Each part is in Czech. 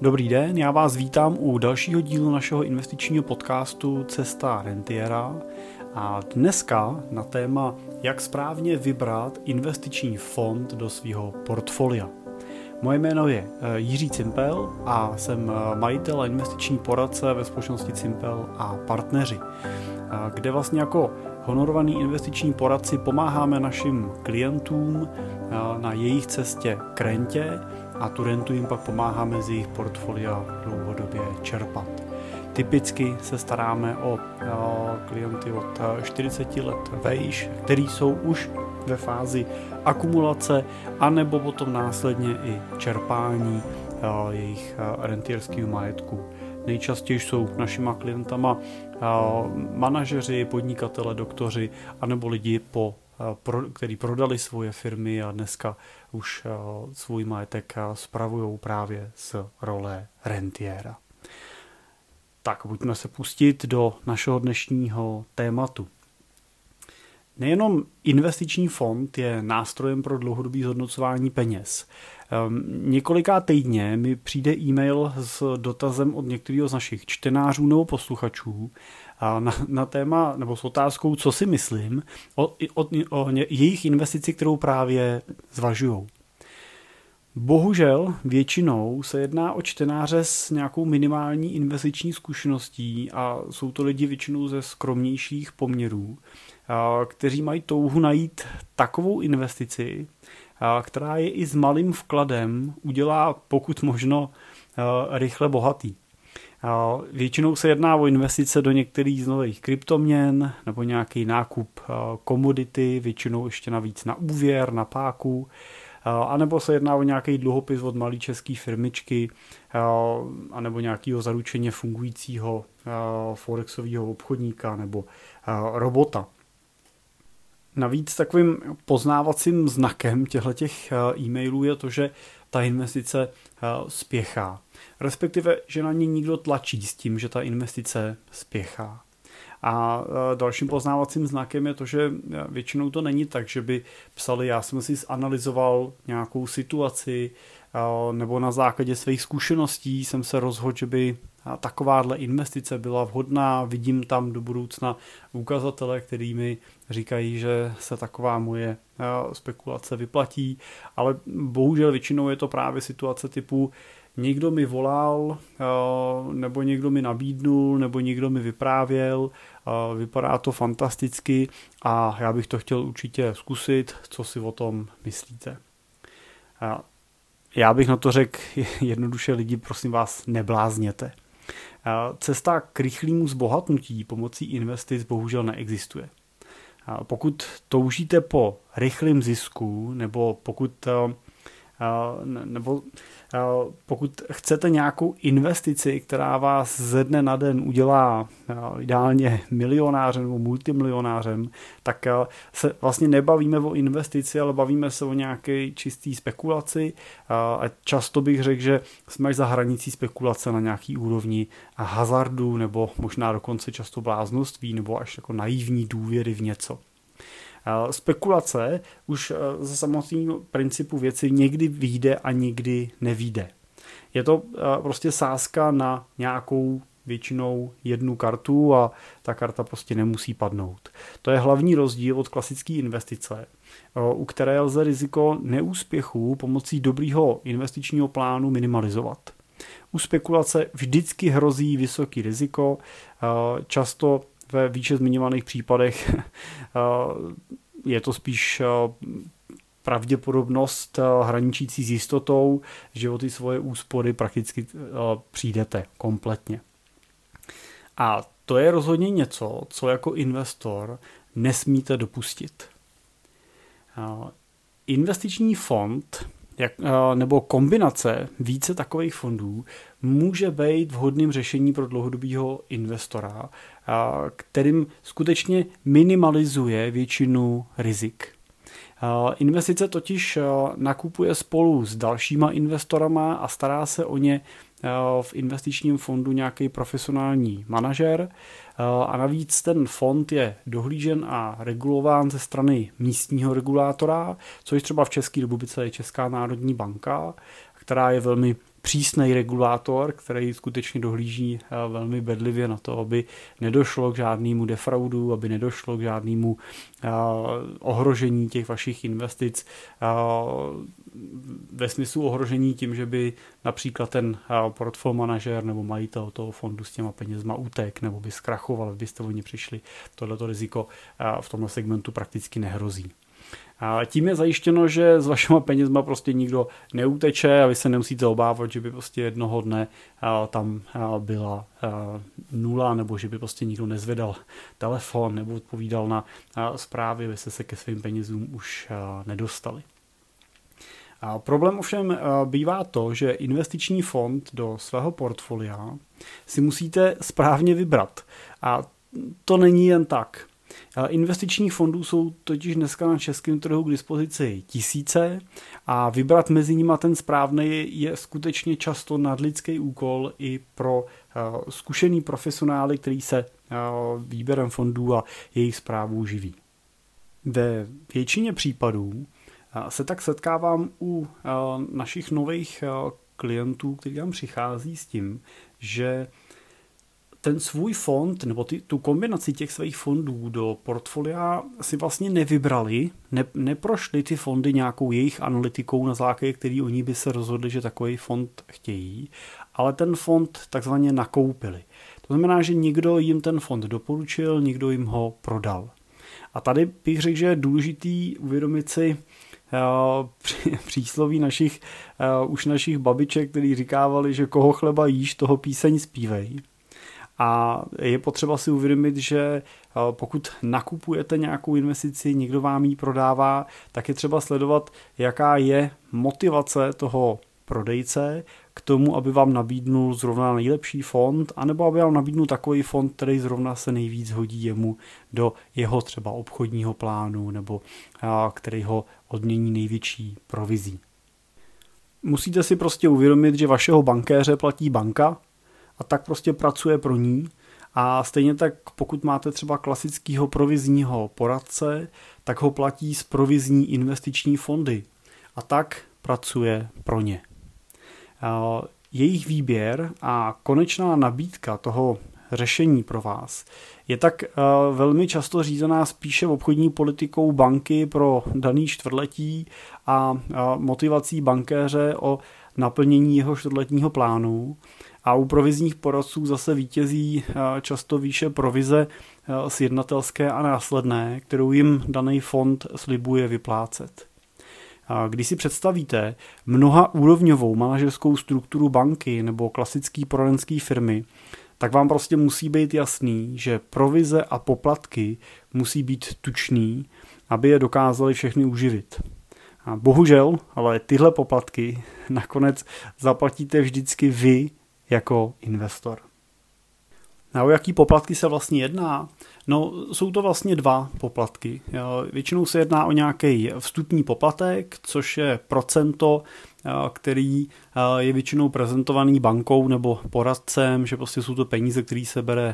Dobrý den, já vás vítám u dalšího dílu našeho investičního podcastu Cesta rentiera a dneska na téma, jak správně vybrat investiční fond do svého portfolia. Moje jméno je Jiří Cimpel a jsem majitel a investiční poradce ve společnosti Cimpel a partneři, kde vlastně jako honorovaný investiční poradci pomáháme našim klientům na jejich cestě k rentě a tu rentu jim pak pomáháme z jejich portfolia dlouhodobě čerpat. Typicky se staráme o klienty od 40 let vejš, který jsou už ve fázi akumulace anebo potom následně i čerpání jejich rentierského majetku. Nejčastěji jsou našima klientama manažeři, podnikatele, doktoři anebo lidi, kteří prodali svoje firmy a dneska už svůj majetek spravují právě z role rentiéra. Tak, pojďme se pustit do našeho dnešního tématu. Nejenom investiční fond je nástrojem pro dlouhodobé zhodnocování peněz. Několika týdně mi přijde e-mail s dotazem od některého z našich čtenářů nebo posluchačů na téma nebo s otázkou, co si myslím o jejich investici, kterou právě zvažujou. Bohužel většinou se jedná o čtenáře s nějakou minimální investiční zkušeností a jsou to lidi většinou ze skromnějších poměrů, kteří mají touhu najít takovou investici, která je i s malým vkladem udělá pokud možno rychle bohatý. Většinou se jedná o investice do některých z nových kryptoměn nebo nějaký nákup komodity, většinou ještě navíc na úvěr, na páku, anebo se jedná o nějaký dluhopis od malé české firmičky, anebo nějakého zaručeně fungujícího forexového obchodníka nebo robota. Navíc takovým poznávacím znakem těchto e-mailů je to, že ta investice spěchá. Respektive, že na ně někdo tlačí s tím, že ta investice spěchá. A dalším poznávacím znakem je to, že většinou to není tak, že by psali, já jsem si zanalyzoval nějakou situaci nebo na základě svých zkušeností jsem se rozhodl, že by takováhle investice byla vhodná, vidím tam do budoucna ukazatele, který mi říkají, že se taková moje spekulace vyplatí, ale bohužel většinou je to právě situace typu někdo mi volal, nebo někdo mi nabídnul, nebo někdo mi vyprávěl, vypadá to fantasticky a já bych to chtěl určitě zkusit, co si o tom myslíte. Já bych na to řekl jednoduše lidi, prosím vás, neblázněte. Cesta k rychlému zbohatnutí pomocí investic bohužel neexistuje. Pokud toužíte po rychlém zisku, nebo pokud chcete nějakou investici, která vás ze dne na den udělá ideálně milionářem nebo multimilionářem, tak se vlastně nebavíme o investici, ale bavíme se o nějaké čisté spekulaci a často bych řekl, že jsme až za hranicí spekulace na nějaký úrovni hazardu nebo možná dokonce často bláznoství nebo až jako naivní důvěry v něco. Spekulace už ze samotného principu věci někdy vyjde a někdy nevyjde. Je to prostě sázka na nějakou většinou jednu kartu a ta karta prostě nemusí padnout. To je hlavní rozdíl od klasické investice, u které lze riziko neúspěchu pomocí dobrýho investičního plánu minimalizovat. U spekulace vždycky hrozí vysoký riziko, často ve výše zmiňovaných případech je to spíš pravděpodobnost hraničící s jistotou, že o ty svoje úspory prakticky přijdete kompletně. A to je rozhodně něco, co jako investor nesmíte dopustit. Investiční fond nebo kombinace více takových fondů může být vhodným řešením pro dlouhodobého investora, kterým skutečně minimalizuje většinu rizik. Investice totiž nakupuje spolu s dalšíma investorama a stará se o ně v investičním fondu nějaký profesionální manažer a navíc ten fond je dohlížen a regulován ze strany místního regulátora, což třeba v České republice je Česká národní banka, která je velmi přísný regulátor, který skutečně dohlíží velmi bedlivě na to, aby nedošlo k žádnému defraudu, aby nedošlo k žádnému ohrožení těch vašich investic ve smyslu ohrožení tím, že by například ten portfolio manažer nebo majitel toho fondu s těma penězma utek nebo by zkrachoval, kdybyste o ně přišli. Tohleto riziko v tomhle segmentu prakticky nehrozí. A tím je zajištěno, že s vašima penězma prostě nikdo neuteče a vy se nemusíte obávat, že by prostě jednoho dne tam byla nula nebo že by prostě nikdo nezvedal telefon nebo odpovídal na zprávy, vy jste se ke svým penězům už nedostali. A problém ovšem bývá to, že investiční fond do svého portfolia si musíte správně vybrat. A to není jen tak. Investičních fondů jsou totiž dneska na českém trhu k dispozici tisíce a vybrat mezi nimi ten správný je skutečně často nadlidský úkol i pro zkušený profesionály, který se výběrem fondů a jejich správou živí. Ve většině případů se tak setkávám u našich nových klientů, kteří tam přichází s tím, že ten svůj fond nebo tu kombinaci těch svých fondů do portfolia si vlastně nevybrali, neprošli ty fondy nějakou jejich analytikou, na základě který oni by se rozhodli, že takový fond chtějí, ale ten fond takzvaně nakoupili. To znamená, že někdo jim ten fond doporučil, někdo jim ho prodal. A tady bych řekl, že je důležitý uvědomit si přísloví našich babiček, který říkávali, že koho chleba jíš, toho píseň zpívej. A je potřeba si uvědomit, že pokud nakupujete nějakou investici, někdo vám ji prodává, tak je třeba sledovat, jaká je motivace toho prodejce k tomu, aby vám nabídnul zrovna nejlepší fond, anebo aby vám nabídnul takový fond, který zrovna se nejvíc hodí jemu do jeho třeba obchodního plánu, nebo který ho odmění největší provizí. Musíte si prostě uvědomit, že vašeho bankéře platí banka, a tak prostě pracuje pro ní. A stejně tak, pokud máte třeba klasického provizního poradce, tak ho platí z provizní investiční fondy. A tak pracuje pro ně. Jejich výběr a konečná nabídka toho řešení pro vás je tak velmi často řízená spíše obchodní politikou banky pro daný čtvrtletí a motivací bankéře o naplnění jeho čtvrtletního plánu. A u provizních poradců zase vítězí často výše provize sjednatelské a následné, kterou jim daný fond slibuje vyplácet. Když si představíte mnohaúrovňovou manažerskou strukturu banky nebo klasické poradenské firmy, tak vám prostě musí být jasný, že provize a poplatky musí být tučný, aby je dokázali všechny uživit. A bohužel, ale tyhle poplatky nakonec zaplatíte vždycky vy jako investor. A o jaký poplatky se vlastně jedná? No, jsou to vlastně dva poplatky. Většinou se jedná o nějaký vstupní poplatek, což je procento, který je většinou prezentovaný bankou nebo poradcem, že prostě jsou to peníze, který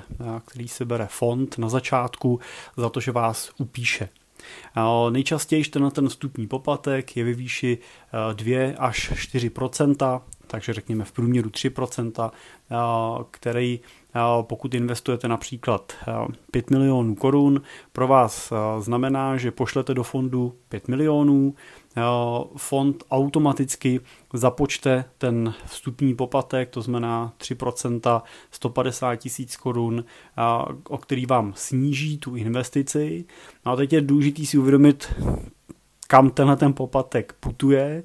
se bere fond na začátku za to, že vás upíše. Nejčastěji ten vstupní poplatek je ve výši 2 až 4%, takže řekněme v průměru 3%, který pokud investujete například 5 milionů korun, pro vás znamená, že pošlete do fondu 5 milionů, fond automaticky započte ten vstupní poplatek, to znamená 3%, 150 tisíc korun, o který vám sníží tu investici. No a teď je důležité si uvědomit, kam ten poplatek putuje.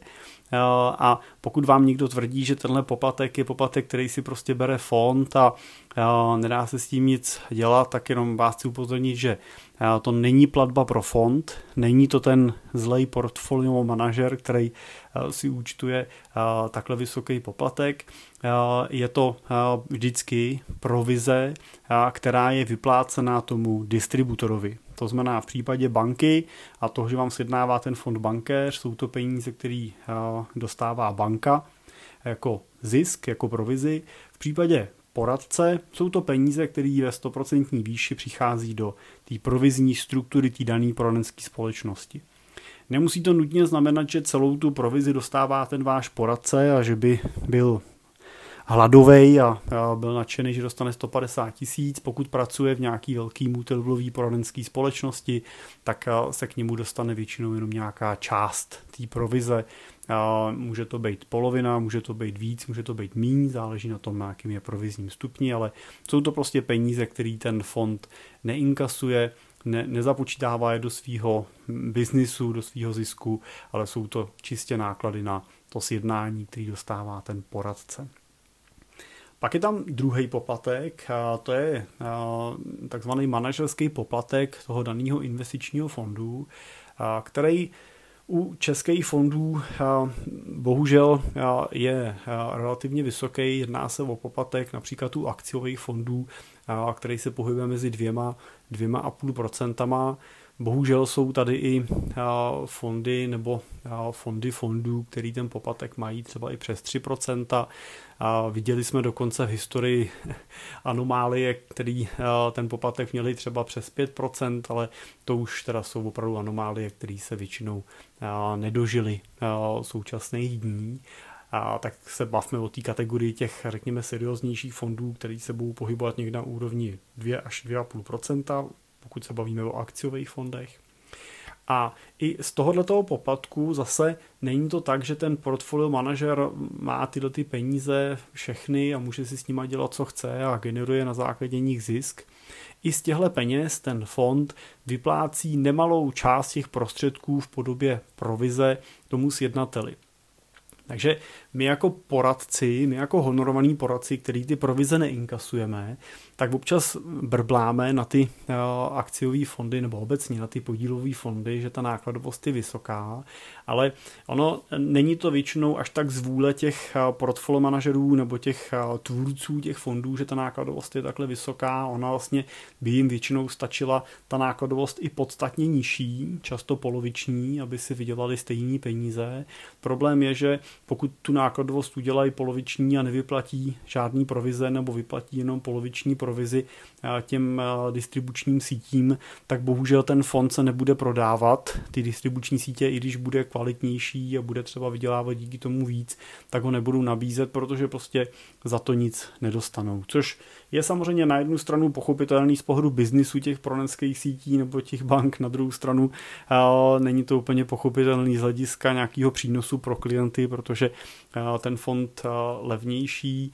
A pokud vám někdo tvrdí, že tenhle poplatek je poplatek, který si prostě bere fond a nedá se s tím nic dělat, tak jenom vás chci upozornit, že to není platba pro fond, není to ten zlej portfolio manažer, který si účtuje takhle vysoký poplatek. Je to vždycky provize, která je vyplácená tomu distributorovi. To znamená v případě banky a toho, že vám sjednává ten fond bankéř, jsou to peníze, které dostává banka jako zisk, jako provizi. V případě poradce jsou to peníze, které ve 100% výši přichází do té provizní struktury té dané poradenské společnosti. Nemusí to nutně znamenat, že celou tu provizi dostává ten váš poradce a že by byl hladovej a byl nadšený, že dostane 150 000. Pokud pracuje v nějaký velký multilevelový poradenský společnosti, tak se k němu dostane většinou jenom nějaká část té provize. Může to být polovina, může to být víc, může to být míň, záleží na tom, na jakým je provizním stupni, ale jsou to prostě peníze, který ten fond neinkasuje, nezapočítává je do svého biznisu, do svého zisku, ale jsou to čistě náklady na to sjednání, který dostává ten poradce. Pak je tam druhý poplatek, to je takzvaný manažerský poplatek toho daného investičního fondu, který u českých fondů bohužel je relativně vysoký. Jedná se o poplatek například u akciových fondů, který se pohybuje mezi 2,5%. Bohužel jsou tady i fondy nebo fondy fondů, který ten poplatek mají třeba i přes 3%. Viděli jsme dokonce v historii anomálie, který ten poplatek měli třeba přes 5%, ale to už teda jsou opravdu anomálie, které se většinou nedožily současných dní. Tak se bavme o té kategorii těch, řekněme, serióznějších fondů, který se budou pohybovat někde na úrovni 2 až 2,5%, pokud se bavíme o akciových fondech. A i z tohoto poplatku zase není to tak, že ten portfolio manažer má tyhle ty peníze všechny a může si s nimi dělat, co chce a generuje na základě nich zisk. I z těchto peněz ten fond vyplácí nemalou část těch prostředků v podobě provize tomu sjednateli. Takže my jako poradci, my jako honorovaní poradci, který ty provize neinkasujeme, tak občas brbláme na ty akciové fondy nebo obecně na ty podílové fondy, že ta nákladovost je vysoká, ale ono není to většinou až tak z vůle těch portfolio manažerů nebo těch tvůrců těch fondů, že ta nákladovost je takhle vysoká. Ona vlastně by jim většinou stačila ta nákladovost i podstatně nižší, často poloviční, aby si vydělali stejné peníze. Problém je, že pokud tu nákladovost udělají poloviční a nevyplatí žádný provize nebo vyplatí jenom poloviční provizi těm distribučním sítím, tak bohužel ten fond se nebude prodávat. Ty distribuční sítě, i když bude kvalitnější a bude třeba vydělávat díky tomu víc, tak ho nebudou nabízet, protože prostě za to nic nedostanou. Což je samozřejmě na jednu stranu pochopitelný z pohledu biznisu těch poradenských sítí nebo těch bank, na druhou stranu není to úplně pochopitelný z hlediska nějakého přínosu pro klienty, protože ten fond levnější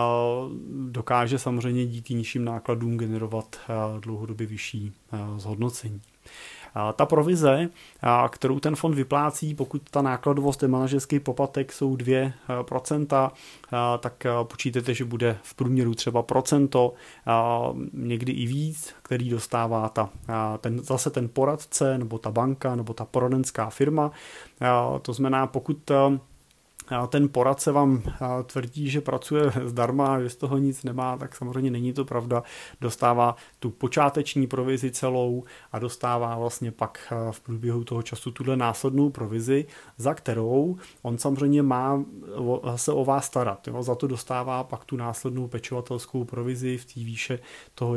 dokáže samozřejmě díky nižším nákladům generovat dlouhodobě vyšší zhodnocení. Ta provize, kterou ten fond vyplácí, pokud ta nákladovost, ten manažerský poplatek jsou 2%, tak počítejte, že bude v průměru třeba procento, někdy i víc, který dostává zase ten poradce, nebo ta banka, nebo ta poradenská firma. To znamená, pokud ten poradce vám tvrdí, že pracuje zdarma a že z toho nic nemá, tak samozřejmě není to pravda. Dostává tu počáteční provizi celou a dostává vlastně pak v průběhu toho času tuhle následnou provizi, za kterou on samozřejmě má se o vás starat. Jo? Za to dostává pak tu následnou pečovatelskou provizi v té výše toho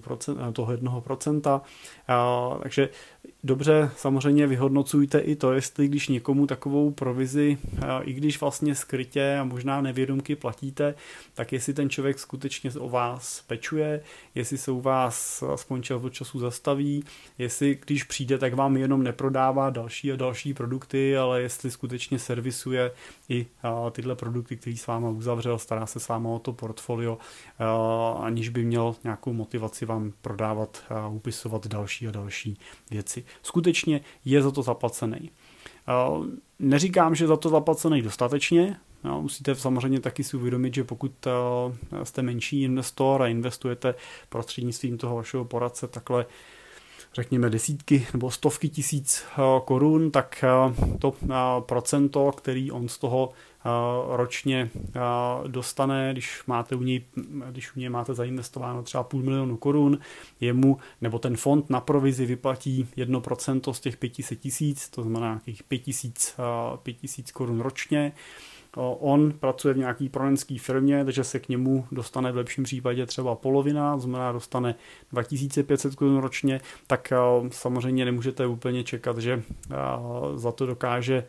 1%. Takže dobře, samozřejmě vyhodnocujte i to, jestli když někomu takovou provizi, i když vlastně skrytě a možná nevědomky platíte, tak jestli ten člověk skutečně o vás pečuje, jestli se u vás aspoň čas od času zastaví, jestli když přijde, tak vám jenom neprodává další a další produkty, ale jestli skutečně servisuje i tyhle produkty, které s váma uzavřel, stará se s váma o to portfolio, aniž by měl nějakou motivaci vám prodávat a upisovat další a další věci. Skutečně je za to zaplacený. Neříkám, že za to zaplacený dostatečně. Musíte samozřejmě taky si uvědomit, že pokud jste menší investor a investujete prostřednictvím toho vašeho poradce takhle řekněme desítky nebo stovky tisíc korun, tak to procento, který on z toho ročně dostane, když u něj máte zainvestováno třeba 500 000 korun, jemu nebo ten fond na provizi vyplatí 1% z těch 500 000, to znamená nějakých 5 000 korun ročně. On pracuje v nějaký poradenské firmě, takže se k němu dostane v lepším případě třeba polovina, to znamená dostane 2500 korun ročně, tak samozřejmě nemůžete úplně čekat, že za to dokáže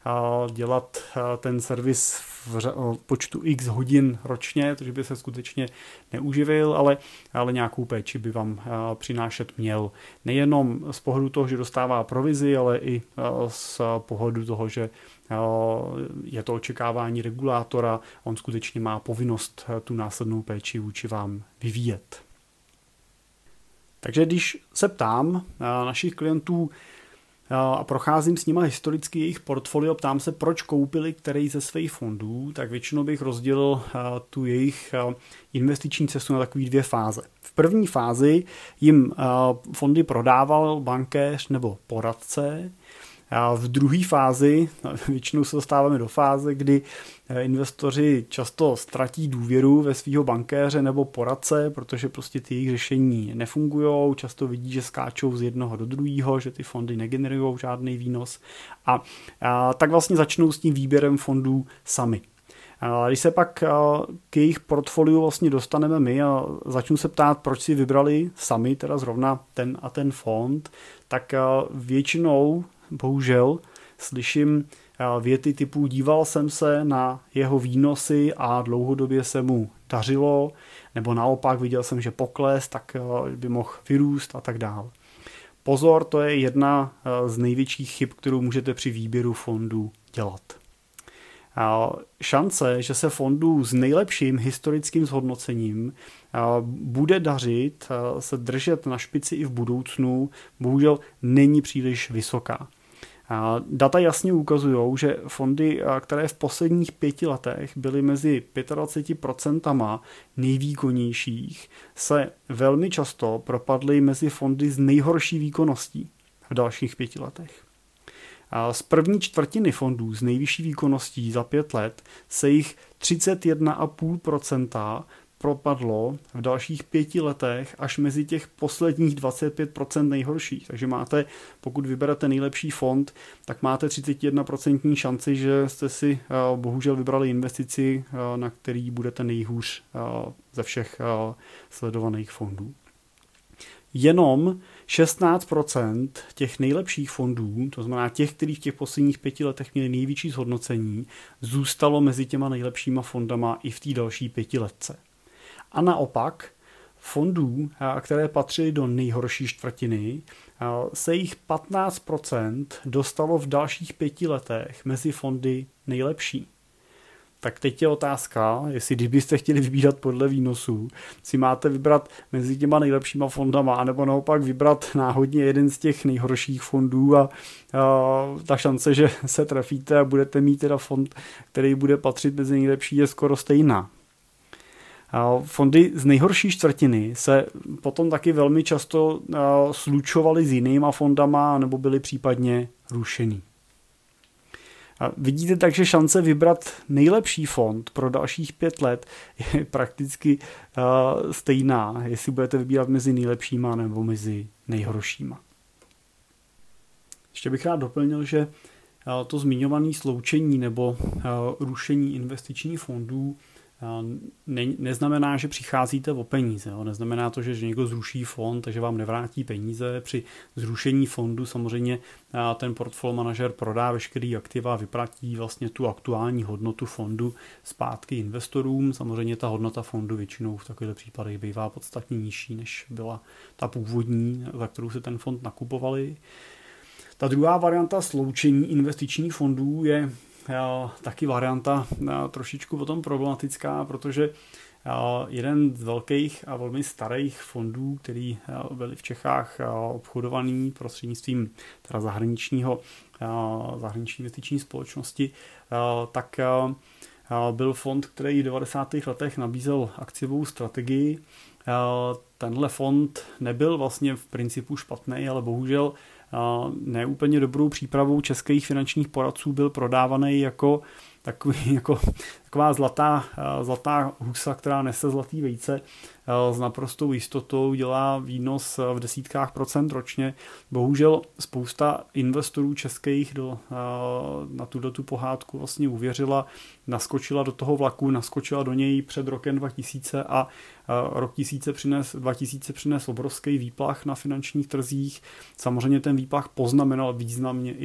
dělat ten servis v počtu x hodin ročně, takže by se skutečně neuživil, ale nějakou péči by vám přinášet měl. Nejenom z pohledu toho, že dostává provizi, ale i z pohledu toho, že je to očekávání regulátora, on skutečně má povinnost tu následnou péči vůči vám vyvíjet. Takže když se ptám našich klientů a procházím s nima historicky jejich portfolio, ptám se, proč koupili který ze svých fondů, tak většinou bych rozdělil tu jejich investiční cestu na takové dvě fáze. V první fázi jim fondy prodával bankéř nebo poradce. A v druhé fázi, většinou se dostáváme do fáze, kdy investoři často ztratí důvěru ve svého bankéře nebo poradce, protože prostě ty jejich řešení nefungují, často vidí, že skáčou z jednoho do druhého, že ty fondy negenerují žádný výnos a tak vlastně začnou s tím výběrem fondů sami. Když se pak k jejich portfoliu vlastně dostaneme my a začnu se ptát, proč si vybrali sami teda zrovna ten a ten fond, tak většinou bohužel slyším věty typu díval jsem se na jeho výnosy a dlouhodobě se mu dařilo, nebo naopak viděl jsem, že pokles, tak by mohl vyrůst a tak dále. Pozor, to je jedna z největších chyb, kterou můžete při výběru fondů dělat. Šance, že se fondu s nejlepším historickým zhodnocením bude dařit se držet na špici i v budoucnu, bohužel není příliš vysoká. Data jasně ukazují, že fondy, které v posledních 5 letech byly mezi 25% nejvýkonnějších, se velmi často propadly mezi fondy s nejhorší výkonností v dalších 5 letech. Z první čtvrtiny fondů s nejvyšší výkonností za 5 let se jich 31,5% propadlo v dalších 5 letech až mezi těch posledních 25% nejhorších. Takže máte, pokud vyberete nejlepší fond, tak máte 31% šanci, že jste si bohužel vybrali investici, na který budete nejhůř ze všech sledovaných fondů. Jenom 16% těch nejlepších fondů, to znamená těch, kteří v těch posledních 5 letech měli největší zhodnocení, zůstalo mezi těma nejlepšíma fondama i v té další 5 letce. A naopak fondů, které patřily do nejhorší čtvrtiny, se jich 15% dostalo v dalších 5 letech mezi fondy nejlepší. Tak teď je otázka, jestli kdybyste chtěli vybírat podle výnosů, si máte vybrat mezi těma nejlepšíma fondama, anebo naopak vybrat náhodně jeden z těch nejhorších fondů a ta šance, že se trefíte a budete mít teda fond, který bude patřit mezi nejlepší, je skoro stejná. Fondy z nejhorší čtvrtiny se potom taky velmi často slučovaly s jinýma fondama nebo byly případně rušený. Vidíte, takže šance vybrat nejlepší fond pro dalších 5 let je prakticky stejná, jestli budete vybírat mezi nejlepšíma nebo mezi nejhoršíma. Ještě bych rád doplnil, že to zmiňované sloučení nebo rušení investičních fondů neznamená, že přicházíte o peníze. Neznamená to, že někdo zruší fond, takže vám nevrátí peníze. Při zrušení fondu samozřejmě ten portfolio manažer prodá veškerý aktiva a vyplatí vlastně tu aktuální hodnotu fondu zpátky investorům. Samozřejmě ta hodnota fondu většinou v takových případech bývá podstatně nižší, než byla ta původní, za kterou se ten fond nakupovali. Ta druhá varianta sloučení investičních fondů je taky varianta trošičku potom problematická, protože jeden z velkých a velmi starých fondů, který byly v Čechách obchodovaný prostřednictvím teda zahraniční investiční společnosti, tak byl fond, který v 90. letech nabízel akciovou strategii. Tenhle fond nebyl vlastně v principu špatný, ale bohužel neúplně dobrou přípravou českých finančních poradců byl prodávaný jako taková zlatá husa, která nese zlatý vejce, s naprostou jistotou dělá výnos v desítkách procent ročně. Bohužel spousta investorů českých na tu pohádku vlastně uvěřila, naskočila do toho vlaku, naskočila do něj před rokem 2000 a rok 2000 přines obrovský výplach na finančních trzích. Samozřejmě ten výplach poznamenal významně i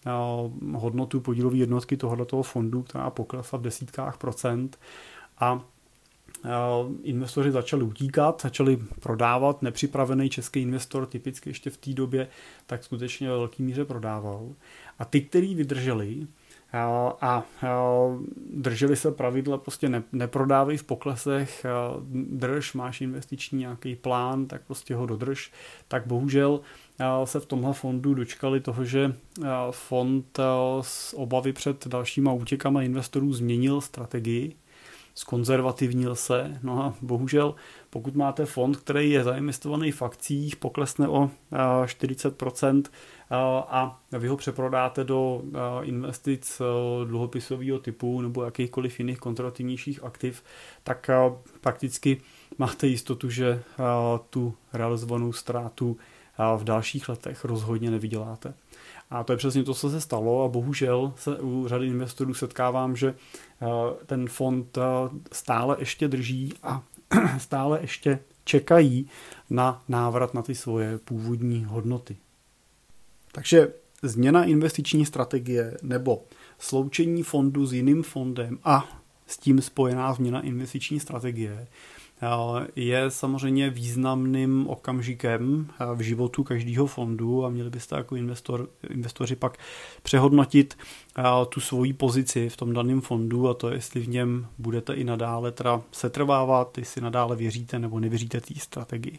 hodnotu podílové jednotky tohoto fondu, která poklesla v desítkách procent a investoři začali utíkat, začali prodávat. Nepřipravený český investor, typicky ještě v té době, tak skutečně ve velké míře prodával. A ty, kteří vydrželi a drželi se pravidla, prostě neprodávej v poklesech, drž, máš investiční nějaký plán, tak prostě ho dodrž. Tak bohužel se v tomhle fondu dočkali toho, že fond z obavy před dalšíma útěkama investorů změnil strategii, zkonzervativnil se, no a bohužel, pokud máte fond, který je zainvestovaný v akcích, poklesne o 40% a vy ho přeprodáte do investic dluhopisového typu nebo jakýchkoliv jiných konzervativnějších aktiv, tak prakticky máte jistotu, že tu realizovanou ztrátu v dalších letech rozhodně nevyděláte. A to je přesně to, co se stalo a bohužel se u řady investorů setkávám, že ten fond stále ještě drží a stále ještě čekají na návrat na ty svoje původní hodnoty. Takže změna investiční strategie nebo sloučení fondu s jiným fondem a s tím spojená změna investiční strategie je samozřejmě významným okamžikem v životu každého fondu a měli byste jako investoři pak přehodnotit tu svoji pozici v tom daném fondu a to, jestli v něm budete i nadále teda setrvávat, jestli nadále věříte nebo nevěříte té strategii.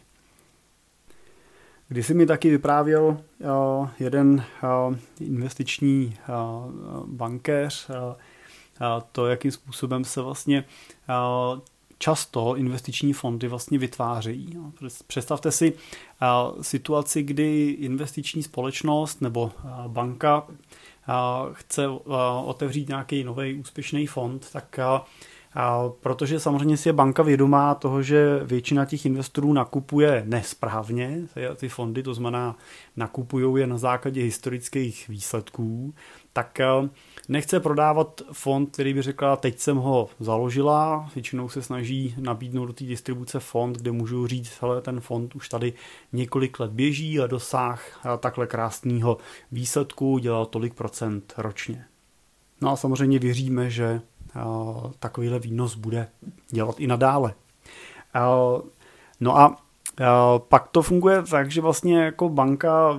Kdysi mi taky vyprávěl jeden investiční bankéř to, jakým způsobem se vlastně často investiční fondy vlastně vytvářejí. Představte si situaci, kdy investiční společnost nebo banka chce otevřít nějaký nový úspěšný fond, tak protože samozřejmě si je banka vědomá toho, že většina těch investorů nakupuje nesprávně ty fondy, to znamená nakupují je na základě historických výsledků, tak nechce prodávat fond, který by řekla, teď jsem ho založila, většinou se snaží nabídnout do té distribuce fond, kde můžu říct, hele, ten fond už tady několik let běží a dosáh takhle krásného výsledku, dělal tolik procent ročně. No a samozřejmě věříme, že takovýhle výnos bude dělat i nadále. No a pak to funguje tak, že vlastně jako banka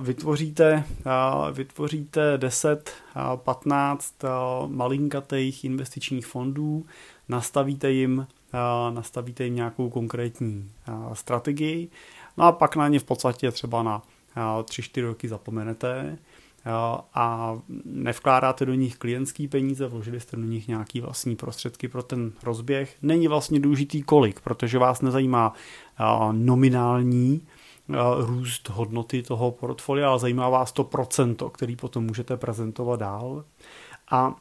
vytvoříte 10, 15 malinkatých investičních fondů, nastavíte jim nějakou konkrétní strategii, no a pak na ně v podstatě třeba na 3-4 roky zapomenete a nevkládáte do nich klientský peníze, vložili jste do nich nějaký vlastní prostředky pro ten rozběh. Není vlastně důležitý kolik, protože vás nezajímá nominální růst hodnoty toho portfolia, ale zajímá vás to procento, který potom můžete prezentovat dál. A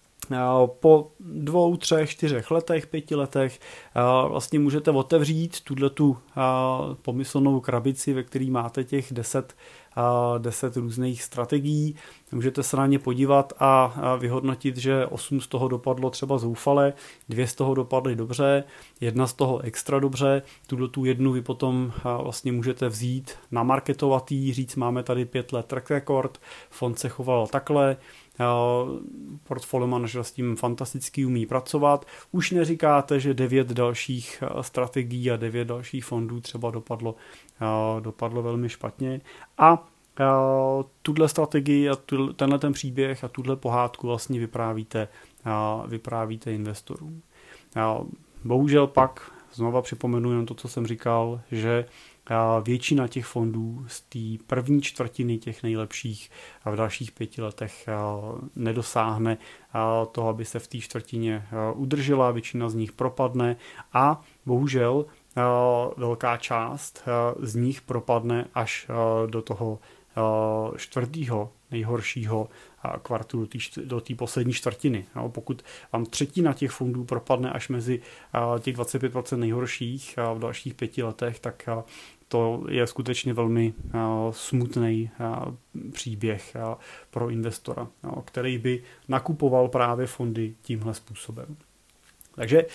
po 2, 3, 4 letech, 5 letech vlastně můžete otevřít tu pomyslnou krabici, ve které máte těch 10 různých strategií. Můžete se na ně podívat a vyhodnotit, že 8 z toho dopadlo třeba zoufale, 2 z toho dopadly dobře, 1 z toho extra dobře. Tu jednu vy potom vlastně můžete vzít, namarketovat jí, říct, máme tady 5 let track record, fond se choval takhle, portfolio manažer s tím fantasticky umí pracovat. Už neříkáte, že 9 dalších strategií a 9 dalších fondů třeba dopadlo velmi špatně a tuhle strategii a tenhle ten příběh a tuhle pohádku vlastně vyprávíte investorům. Bohužel pak znova připomenu jenom to, co jsem říkal, že většina těch fondů z té první čtvrtiny těch nejlepších v dalších 5 letech nedosáhne toho, aby se v té čtvrtině udržela, většina z nich propadne a bohužel velká část z nich propadne až do toho 4. nejhoršího kvartu do té poslední čtvrtiny. Pokud vám třetina těch fondů propadne až mezi těch 25% nejhorších v dalších 5 letech, tak to je skutečně velmi smutný příběh pro investora, který by nakupoval právě fondy tímhle způsobem. Takže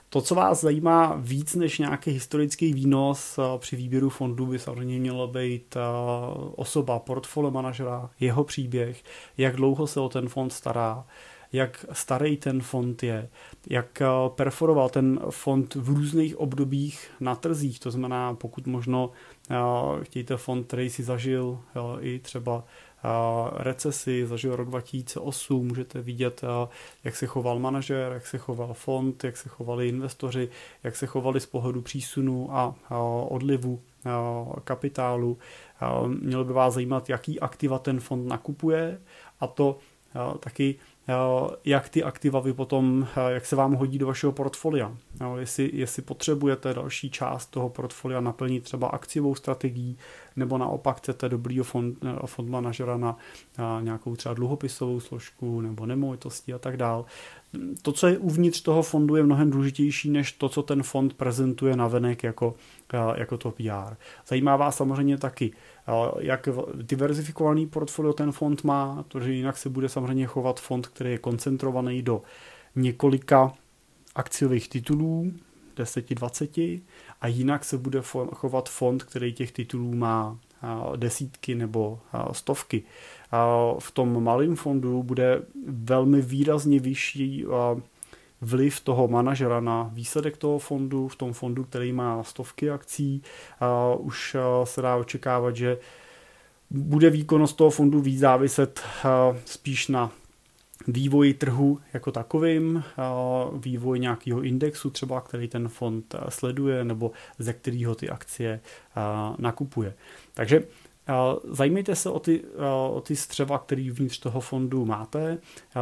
To, co vás zajímá víc než nějaký historický výnos při výběru fondu, by samozřejmě mělo být osoba portfolio manažera, jeho příběh, jak dlouho se o ten fond stará, jak starý ten fond je, jak perforoval ten fond v různých obdobích na trzích. To znamená, pokud možno chtějte fond, který si zažil i třeba recesi, zažil rok 2008, můžete vidět, jak se choval manažer, jak se choval fond, jak se chovali investoři, jak se chovali z pohledu přísunu a odlivu kapitálu. Mělo by vás zajímat, jaký aktiva ten fond nakupuje, a to taky, jak ty aktiva vy potom, jak se vám hodí do vašeho portfolia. Jestli potřebujete další část toho portfolia naplnit třeba akciovou strategií, nebo naopak chcete dobrýho fond manažera na nějakou třeba dluhopisovou složku nebo nemovitosti a tak dál. To, co je uvnitř toho fondu, je mnohem důležitější než to, co ten fond prezentuje navenek jako to PR. Zajímá vás samozřejmě taky, jak diverzifikovaný portfolio ten fond má, protože jinak se bude samozřejmě chovat fond, který je koncentrovaný do několika akciových titulů, 10-20, a jinak se bude chovat fond, který těch titulů má desítky nebo stovky. V tom malém fondu bude velmi výrazně vyšší vliv toho manažera na výsledek toho fondu. V tom fondu, který má stovky akcí, už se dá očekávat, že bude výkonnost toho fondu víc záviset spíš na vývoji trhu jako takovým, vývoj nějakého indexu třeba, který ten fond sleduje, nebo ze kterého ty akcie nakupuje. Takže zajímejte se o ty střeva, který vnitř toho fondu máte.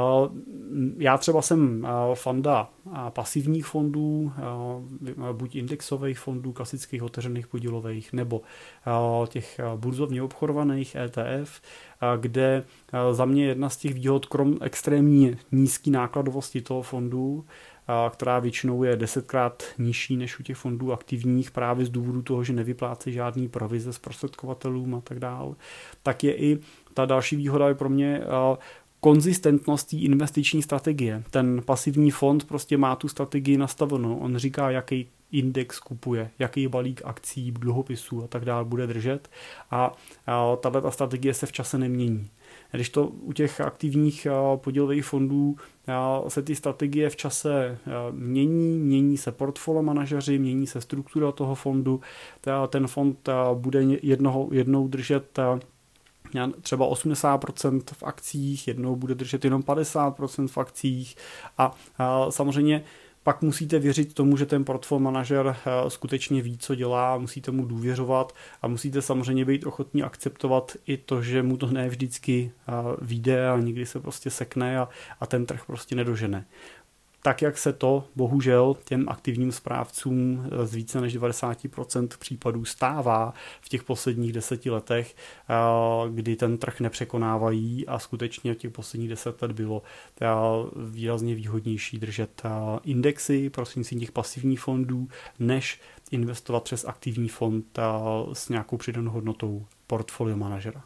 Já třeba jsem fanda pasivních fondů, buď indexových fondů, klasických otevřených podílových, nebo těch burzovně obchodovaných ETF, kde za mě jedna z těch výhod, krom extrémně nízké nákladovosti toho fondu, která většinou je 10krát nižší než u těch fondů aktivních právě z důvodu toho, že nevyplácí žádný provize zprostředkovatelům a tak dál, tak je i ta další výhoda je pro mě konzistentnost té investiční strategie. Ten pasivní fond prostě má tu strategii nastavenou. On říká, jaký index kupuje, jaký balík akcí, dluhopisů a tak dále bude držet, a tato strategie se v čase nemění. Když to u těch aktivních podílových fondů se ty strategie v čase mění se portfolio manažeři, mění se struktura toho fondu, ten fond bude jednou držet třeba 80% v akcích, jednou bude držet jenom 50% v akcích, a samozřejmě pak musíte věřit tomu, že ten portfolio manažer skutečně ví, co dělá, musíte mu důvěřovat a musíte samozřejmě být ochotní akceptovat i to, že mu to ne vždycky vyjde a někdy se prostě sekne a ten trh prostě nedožene. Tak, jak se to bohužel těm aktivním správcům z více než 90% případů stává v těch posledních 10 letech, kdy ten trh nepřekonávají, a skutečně v těch posledních 10 let bylo výrazně výhodnější držet indexy prostřednictvím těch pasivních fondů, než investovat přes aktivní fond s nějakou přidanou hodnotou portfolio manažera.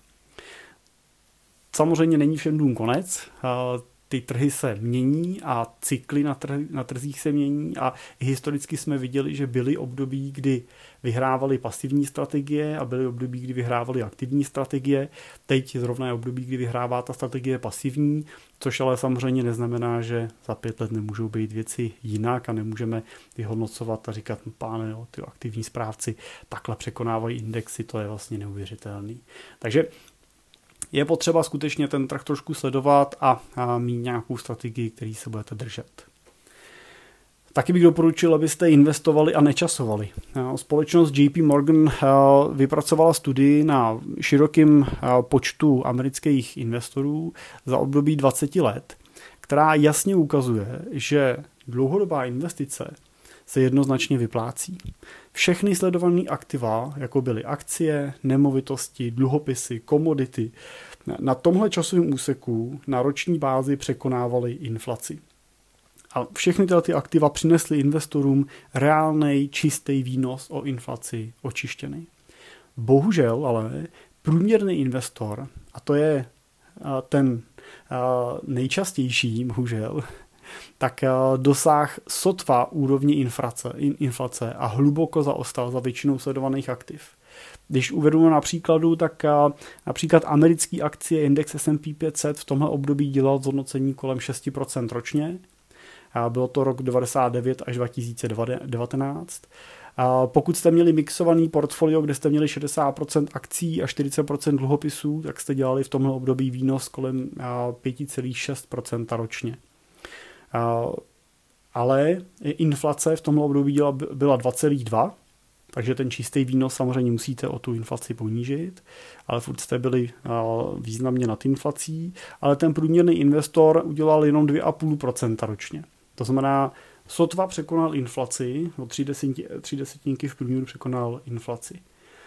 Samozřejmě není všem dům konec. Ty trhy se mění a cykly na trzích se mění, a historicky jsme viděli, že byly období, kdy vyhrávali pasivní strategie a byly období, kdy vyhrávali aktivní strategie. Teď zrovna je období, kdy vyhrává ta strategie pasivní, což ale samozřejmě neznamená, že za 5 let nemůžou být věci jinak a nemůžeme vyhodnocovat a říkat, páne, ty aktivní správci takhle překonávají indexy, to je vlastně neuvěřitelný. Takže je potřeba skutečně ten trh trošku sledovat a mít nějakou strategii, který se budete držet. Taky bych doporučil, abyste investovali a nečasovali. Společnost JP Morgan vypracovala studii na širokém počtu amerických investorů za období 20 let, která jasně ukazuje, že dlouhodobá investice se jednoznačně vyplácí. Všechny sledované aktiva, jako byly akcie, nemovitosti, dluhopisy, komodity, na tomhle časovém úseku na roční bázi překonávaly inflaci. A všechny ty aktiva přinesly investorům reálnej, čistý výnos o inflaci očištěný. Bohužel ale průměrný investor, a to je ten nejčastější, bohužel, tak dosáhl sotva úrovni inflace a hluboko zaostal za většinou sledovaných aktiv. Když uvedu na příkladu, tak například americký akcie index S&P 500 v tomhle období dělal zhodnocení kolem 6% ročně. Bylo to rok 1999 až 2019. Pokud jste měli mixovaný portfolio, kde jste měli 60% akcí a 40% dluhopisů, tak jste dělali v tomhle období výnos kolem 5,6% ročně. Ale inflace v tomhle období byla 2,2%, takže ten čistý výnos samozřejmě musíte o tu inflaci ponížit, ale furt jste byli významně nad inflací, ale ten průměrný investor udělal jenom 2,5% ročně. To znamená, sotva překonal inflaci, o 0,3 v průměru překonal inflaci.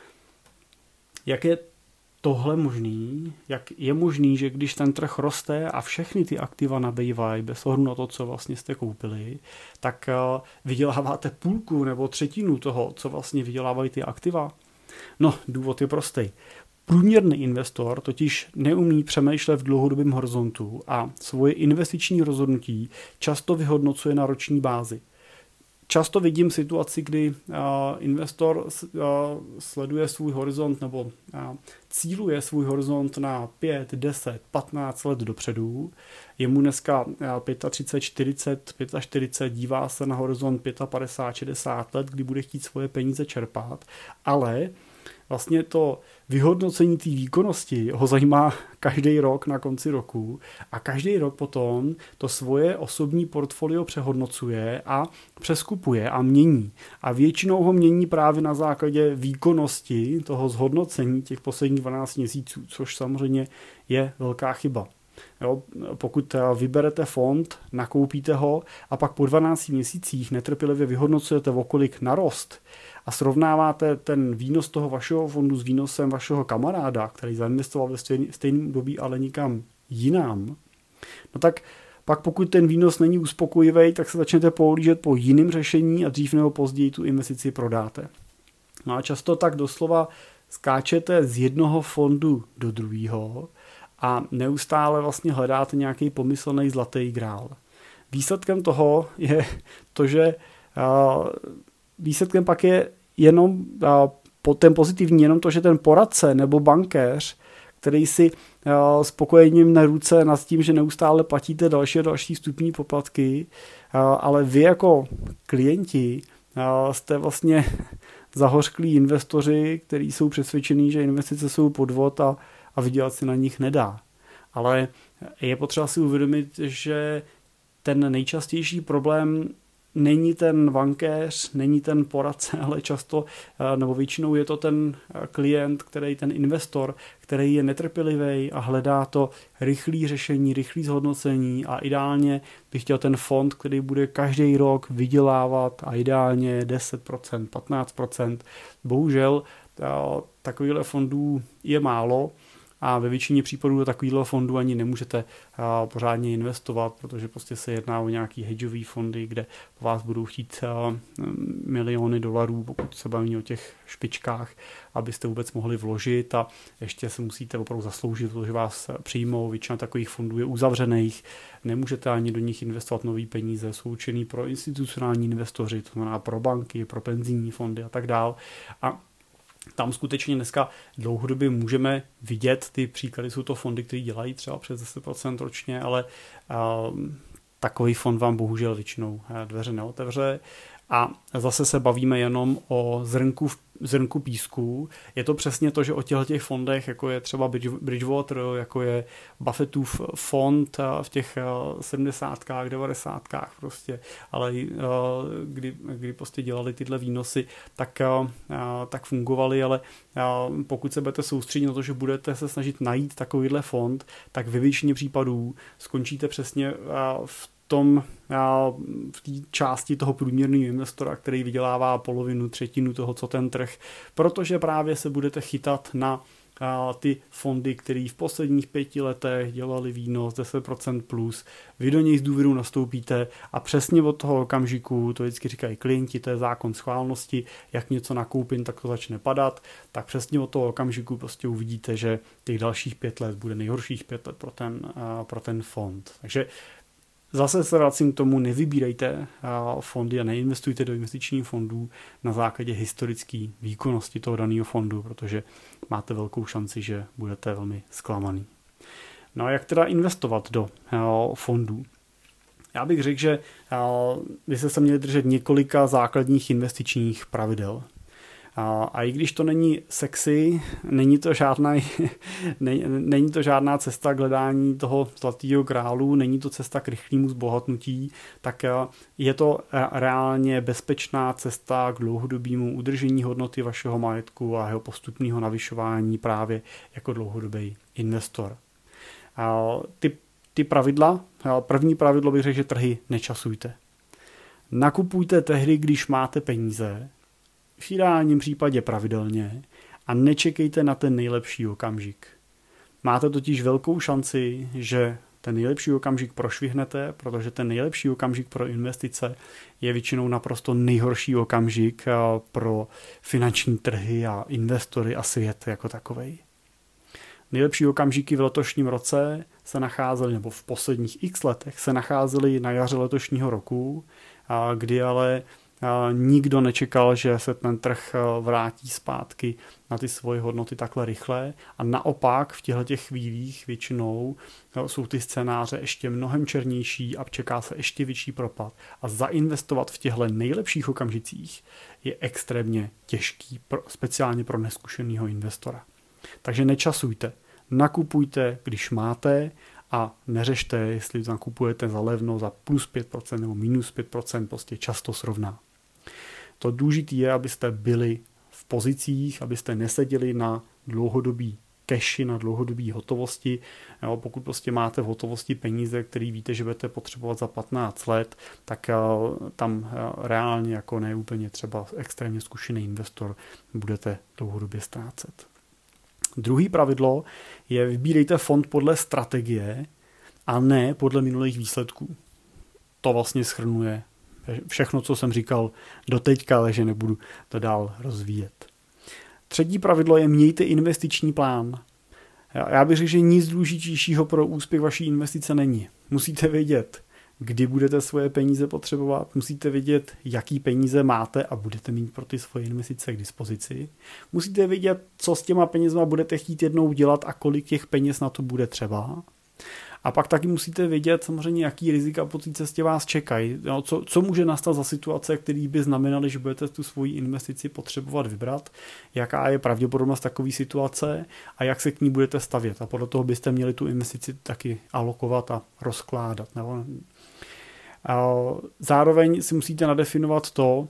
Jak je tohle možný? Jak je možný, že když ten trh roste a všechny ty aktiva nabývají bez ohledu na to, co vlastně jste koupili, tak vyděláváte půlku nebo třetinu toho, co vlastně vydělávají ty aktiva? No, důvod je prostý. Průměrný investor totiž neumí přemýšlet v dlouhodobém horizontu a svoje investiční rozhodnutí často vyhodnocuje na roční bázi. Často vidím situaci, kdy investor sleduje svůj horizont nebo cíluje svůj horizont na 5, 10, 15 let dopředu. Je mu dneska 35, 40, 45, dívá se na horizont 55, 60 let, kdy bude chtít svoje peníze čerpat, ale vlastně to vyhodnocení té výkonnosti ho zajímá každý rok na konci roku a každý rok potom to svoje osobní portfolio přehodnocuje a přeskupuje a mění. A většinou ho mění právě na základě výkonnosti toho zhodnocení těch posledních 12 měsíců, což samozřejmě je velká chyba. Jo, pokud vyberete fond, nakoupíte ho a pak po 12 měsících netrpělivě vyhodnocujete, o kolik narost a srovnáváte ten výnos toho vašeho fondu s výnosem vašeho kamaráda, který zainvestoval ve stejném dobí, ale nikam jinam, no tak pak pokud ten výnos není uspokojivý, tak se začnete pohlížet po jiném řešení a dřív nebo později tu investici prodáte. No a často tak doslova skáčete z jednoho fondu do druhého a neustále vlastně hledáte nějaký pomyslný zlatý grál. Výsledkem toho je to, že výsledkem pak je jenom ten pozitivní, jenom to, že ten poradce nebo bankéř, který si spokojením na ruce nad tím, že neustále platíte další a další vstupní poplatky, ale vy jako klienti jste vlastně zahořklí investoři, kteří jsou přesvědčení, že investice jsou podvod a vydělat si na nich nedá. Ale je potřeba si uvědomit, že ten nejčastější problém není ten bankéř, není ten poradce, ale často, nebo většinou je to ten klient, ten investor, který je netrpělivý a hledá to rychlé řešení, rychlé zhodnocení a ideálně bych chtěl ten fond, který bude každý rok vydělávat a ideálně 10%, 15%. Bohužel takovýchhle fondů je málo a ve většině případů do takovýchhle fondů ani nemůžete pořádně investovat, protože prostě se jedná o nějaký hedžový fondy, kde po vás budou chtít miliony dolarů, pokud se baví o těch špičkách, abyste vůbec mohli vložit a ještě se musíte opravdu zasloužit, protože vás přijmou. Většina takových fondů je uzavřených, nemůžete ani do nich investovat nový peníze, jsou určený pro institucionální investoři, to znamená pro banky, pro penzijní fondy a tak dál. A tam skutečně dneska dlouhodobě můžeme vidět, ty příklady jsou to fondy, které dělají třeba přes 10% ročně, ale takový fond vám bohužel většinou dveře neotevře. A zase se bavíme jenom o zrnku písku. Je to přesně to, že o těch fondech, jako je třeba Bridgewater, jako je Buffettův fond v těch 70kách, 90kách prostě, ale kdy prostě dělali tyhle výnosy, tak fungovaly, ale pokud se budete soustředit na to, že budete se snažit najít takovýhle fond, tak ve většině případů skončíte přesně v té části toho průměrného investora, který vydělává polovinu, třetinu toho, co ten trh, protože právě se budete chytat na ty fondy, které v posledních 5 letech dělali výnos 10% plus, vy do něj z důvěru nastoupíte a přesně od toho okamžiku, to vždycky říkají klienti, to je zákon schválnosti, jak něco nakoupím, tak to začne padat, tak přesně od toho okamžiku prostě uvidíte, že těch dalších 5 let bude nejhorších 5 let pro ten fond. Takže zase se vracím k tomu, nevybírejte fondy a neinvestujte do investičních fondů na základě historické výkonnosti toho daného fondu, protože máte velkou šanci, že budete velmi zklamaný. No a jak teda investovat do fondů? Já bych řekl, že byste se měli držet několika základních investičních pravidel. A i když to není sexy, není to žádná cesta k hledání toho zlatého grálu, není to cesta k rychlému zbohatnutí, tak je to reálně bezpečná cesta k dlouhodobému udržení hodnoty vašeho majetku a jeho postupného navyšování právě jako dlouhodobý investor. Ty pravidla, první pravidlo bych řekl, že trhy nečasujte. Nakupujte tehdy, když máte peníze, v ideálním případě pravidelně, a nečekejte na ten nejlepší okamžik. Máte totiž velkou šanci, že ten nejlepší okamžik prošvihnete, protože ten nejlepší okamžik pro investice je většinou naprosto nejhorší okamžik pro finanční trhy a investory a svět jako takovej. Nejlepší okamžiky v letošním roce se nacházely, nebo v posledních x letech se nacházely na jaře letošního roku, kdy ale nikdo nečekal, že se ten trh vrátí zpátky na ty svoje hodnoty takhle rychle, a naopak v těchto chvílích většinou jsou ty scénáře ještě mnohem černější a čeká se ještě větší propad. A zainvestovat v těchto nejlepších okamžicích je extrémně těžký, speciálně pro neskušeného investora. Takže nečasujte, nakupujte, když máte, a neřešte, jestli nakupujete za levno, za plus 5% nebo minus 5%, prostě často srovná. To důležité je, abyste byli v pozicích, abyste neseděli na dlouhodobý cashi, na dlouhodobý hotovosti. Jo, pokud prostě máte v hotovosti peníze, které víte, že budete potřebovat za 15 let, tak tam reálně jako neúplně třeba extrémně zkušený investor budete dlouhodobě ztrácet. Druhý pravidlo je: vybírejte fond podle strategie a ne podle minulých výsledků. To vlastně shrnuje všechno, co jsem říkal doteďka, ale že nebudu to dál rozvíjet. Třetí pravidlo je: mějte investiční plán. Já bych řekl, že nic důležitějšího pro úspěch vaší investice není. Musíte vědět, kdy budete svoje peníze potřebovat, musíte vědět, jaký peníze máte a budete mít pro ty svoje investice k dispozici. Musíte vědět, co s těma penězma budete chtít jednou dělat a kolik těch peněz na to bude třeba. A pak taky musíte vědět samozřejmě, jaký rizika po té cestě vás čekají. No, co může nastat za situace, které by znamenaly, že budete tu svoji investici potřebovat vybrat, jaká je pravděpodobnost takové situace a jak se k ní budete stavět. A podle toho byste měli tu investici taky alokovat a rozkládat. Zároveň si musíte nadefinovat to,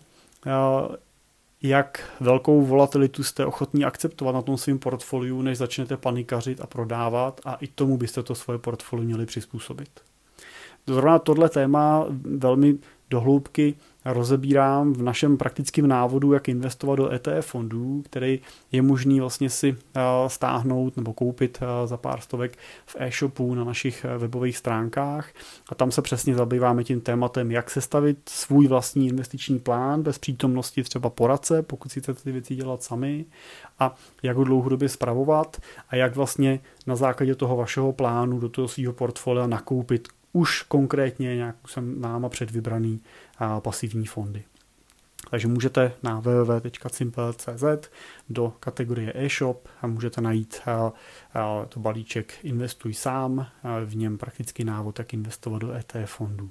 jak velkou volatilitu jste ochotní akceptovat na tom svém portfoliu, než začnete panikařit a prodávat, a i tomu byste to svoje portfolio měli přizpůsobit. Zrovna tohle téma velmi dohloubky rozebírám v našem praktickém návodu, jak investovat do ETF fondů, který je možný vlastně si stáhnout nebo koupit za pár stovek v e-shopu na našich webových stránkách. A tam se přesně zabýváme tím tématem, jak sestavit svůj vlastní investiční plán bez přítomnosti třeba poradce, pokud si chcete ty věci dělat sami, a jak ho dlouhodobě spravovat a jak vlastně na základě toho vašeho plánu do toho svého portfolia nakoupit už konkrétně nějak jsem náma předvybraný pasivní fondy. Takže můžete na www.simple.cz do kategorie e-shop a můžete najít to balíček Investuj sám, v něm praktický návod, jak investovat do ETF fondů.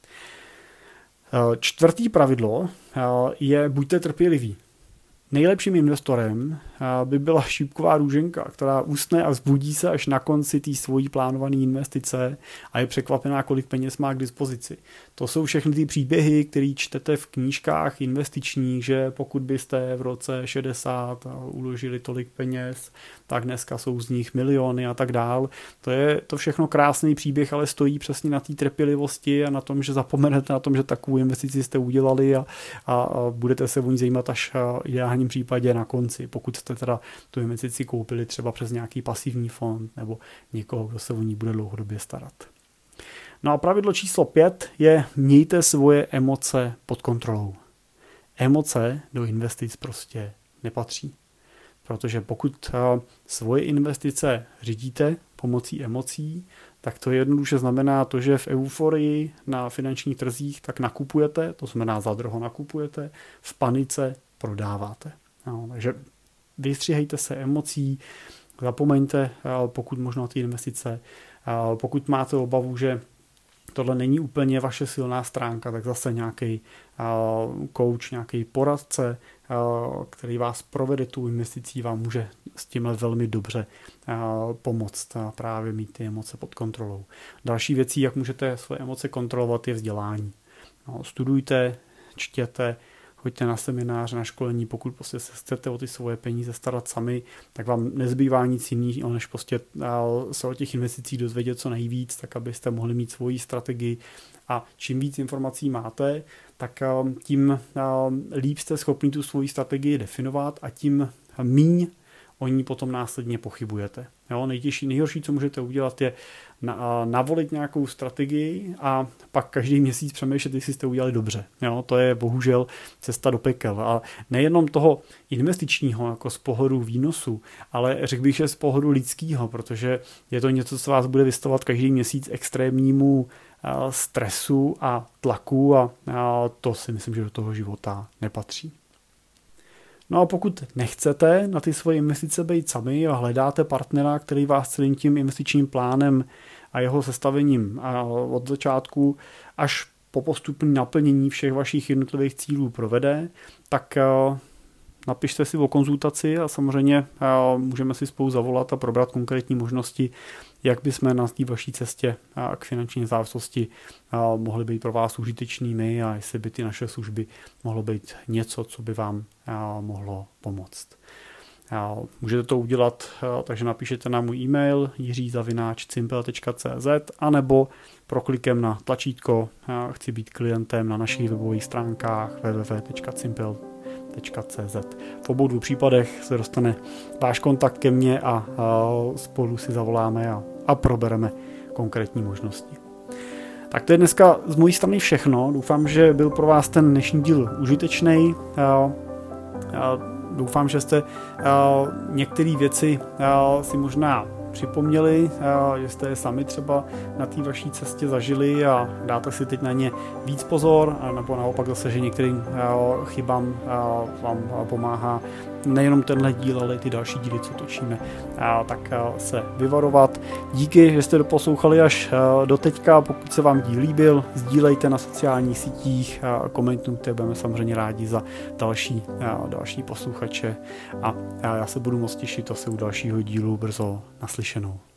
Čtvrtý pravidlo je: buďte trpěliví. Nejlepším investorem by byla šípková růženka, která usne a vzbudí se až na konci té svojí plánované investice a je překvapená, kolik peněz má k dispozici. To jsou všechny ty příběhy, které čtete v knížkách investičních, že pokud byste v roce 60 uložili tolik peněz, tak dneska jsou z nich miliony a tak dál. To je to všechno krásný příběh, ale stojí přesně na té trpělivosti a na tom, že zapomenete na tom, že takovou investici jste udělali a budete se o ní zajímat až ideálním případě na konci, pokud jste teda tu investici koupili třeba přes nějaký pasivní fond nebo někoho, kdo se o ní bude dlouhodobě starat. No a pravidlo číslo 5 je: mějte svoje emoce pod kontrolou. Emoce do investic prostě nepatří. Protože pokud svoje investice řídíte pomocí emocí, tak to jednoduše znamená to, že v euforii na finančních trzích tak nakupujete, to znamená zadrho nakupujete, v panice prodáváte. No, takže vystříhejte se emocí, zapomeňte pokud možno ty investice, pokud máte obavu, že tohle není úplně vaše silná stránka, tak zase nějaký coach, nějaký poradce, který vás provede tu investicí, vám může s tímhle velmi dobře pomoct a právě mít ty emoce pod kontrolou. Další věcí, jak můžete své emoce kontrolovat, je vzdělání. No, studujte, čtěte, choďte na semináře, na školení, pokud prostě se chcete o ty svoje peníze starat sami, tak vám nezbývá nic jiného, než prostě se o těch investicích dozvědět co nejvíc, tak abyste mohli mít svoji strategii. A čím víc informací máte, tak tím líp jste schopni tu svoji strategii definovat a tím míň o ní potom následně pochybujete. Jo, nejhorší, co můžete udělat, je navolit nějakou strategii a pak každý měsíc přemýšlet, jestli jste udělali dobře. Jo, to je bohužel cesta do pekel. A nejenom toho investičního, jako z pohledu výnosu, ale řekl bych, že z pohledu lidského, protože je to něco, co vás bude vystavovat každý měsíc extrémnímu stresu a tlaku a to si myslím, že do toho života nepatří. No a pokud nechcete na ty svoje investice být sami a hledáte partnera, který vás celým tím investičním plánem a jeho sestavením od začátku až po postupné naplnění všech vašich jednotlivých cílů provede, tak napište si o konzultaci a samozřejmě můžeme si spolu zavolat a probrat konkrétní možnosti, jak bychom na té vaší cestě k finanční nezávislosti mohli být pro vás užitečnými a jestli by ty naše služby mohlo být něco, co by vám mohlo pomoct. Můžete to udělat, takže napíšete na můj e-mail jiří@cimpel.cz anebo proklikem na tlačítko chci být klientem na našich webových stránkách www.cimpel.cz. V obou dvou případech se dostane váš kontakt ke mně a spolu si zavoláme a probereme konkrétní možnosti. Tak to je dneska z mojí strany všechno. Doufám, že byl pro vás ten dnešní díl užitečný. Doufám, že jste některé věci si možná připomněli, že jste je sami třeba na té vaší cestě zažili a dáte si teď na ně víc pozor, nebo naopak zase, že některým chybám vám pomáhá nejenom tenhle díl, ale i ty další díly, co točíme, tak se vyvarovat. Díky, že jste doposlouchali až do teďka. Pokud se vám díl líbil, sdílejte na sociálních sítích, komentujte, budeme samozřejmě rádi za další posluchače a já se budu moc těšit asi u dalšího dílu brzo naslyšenou.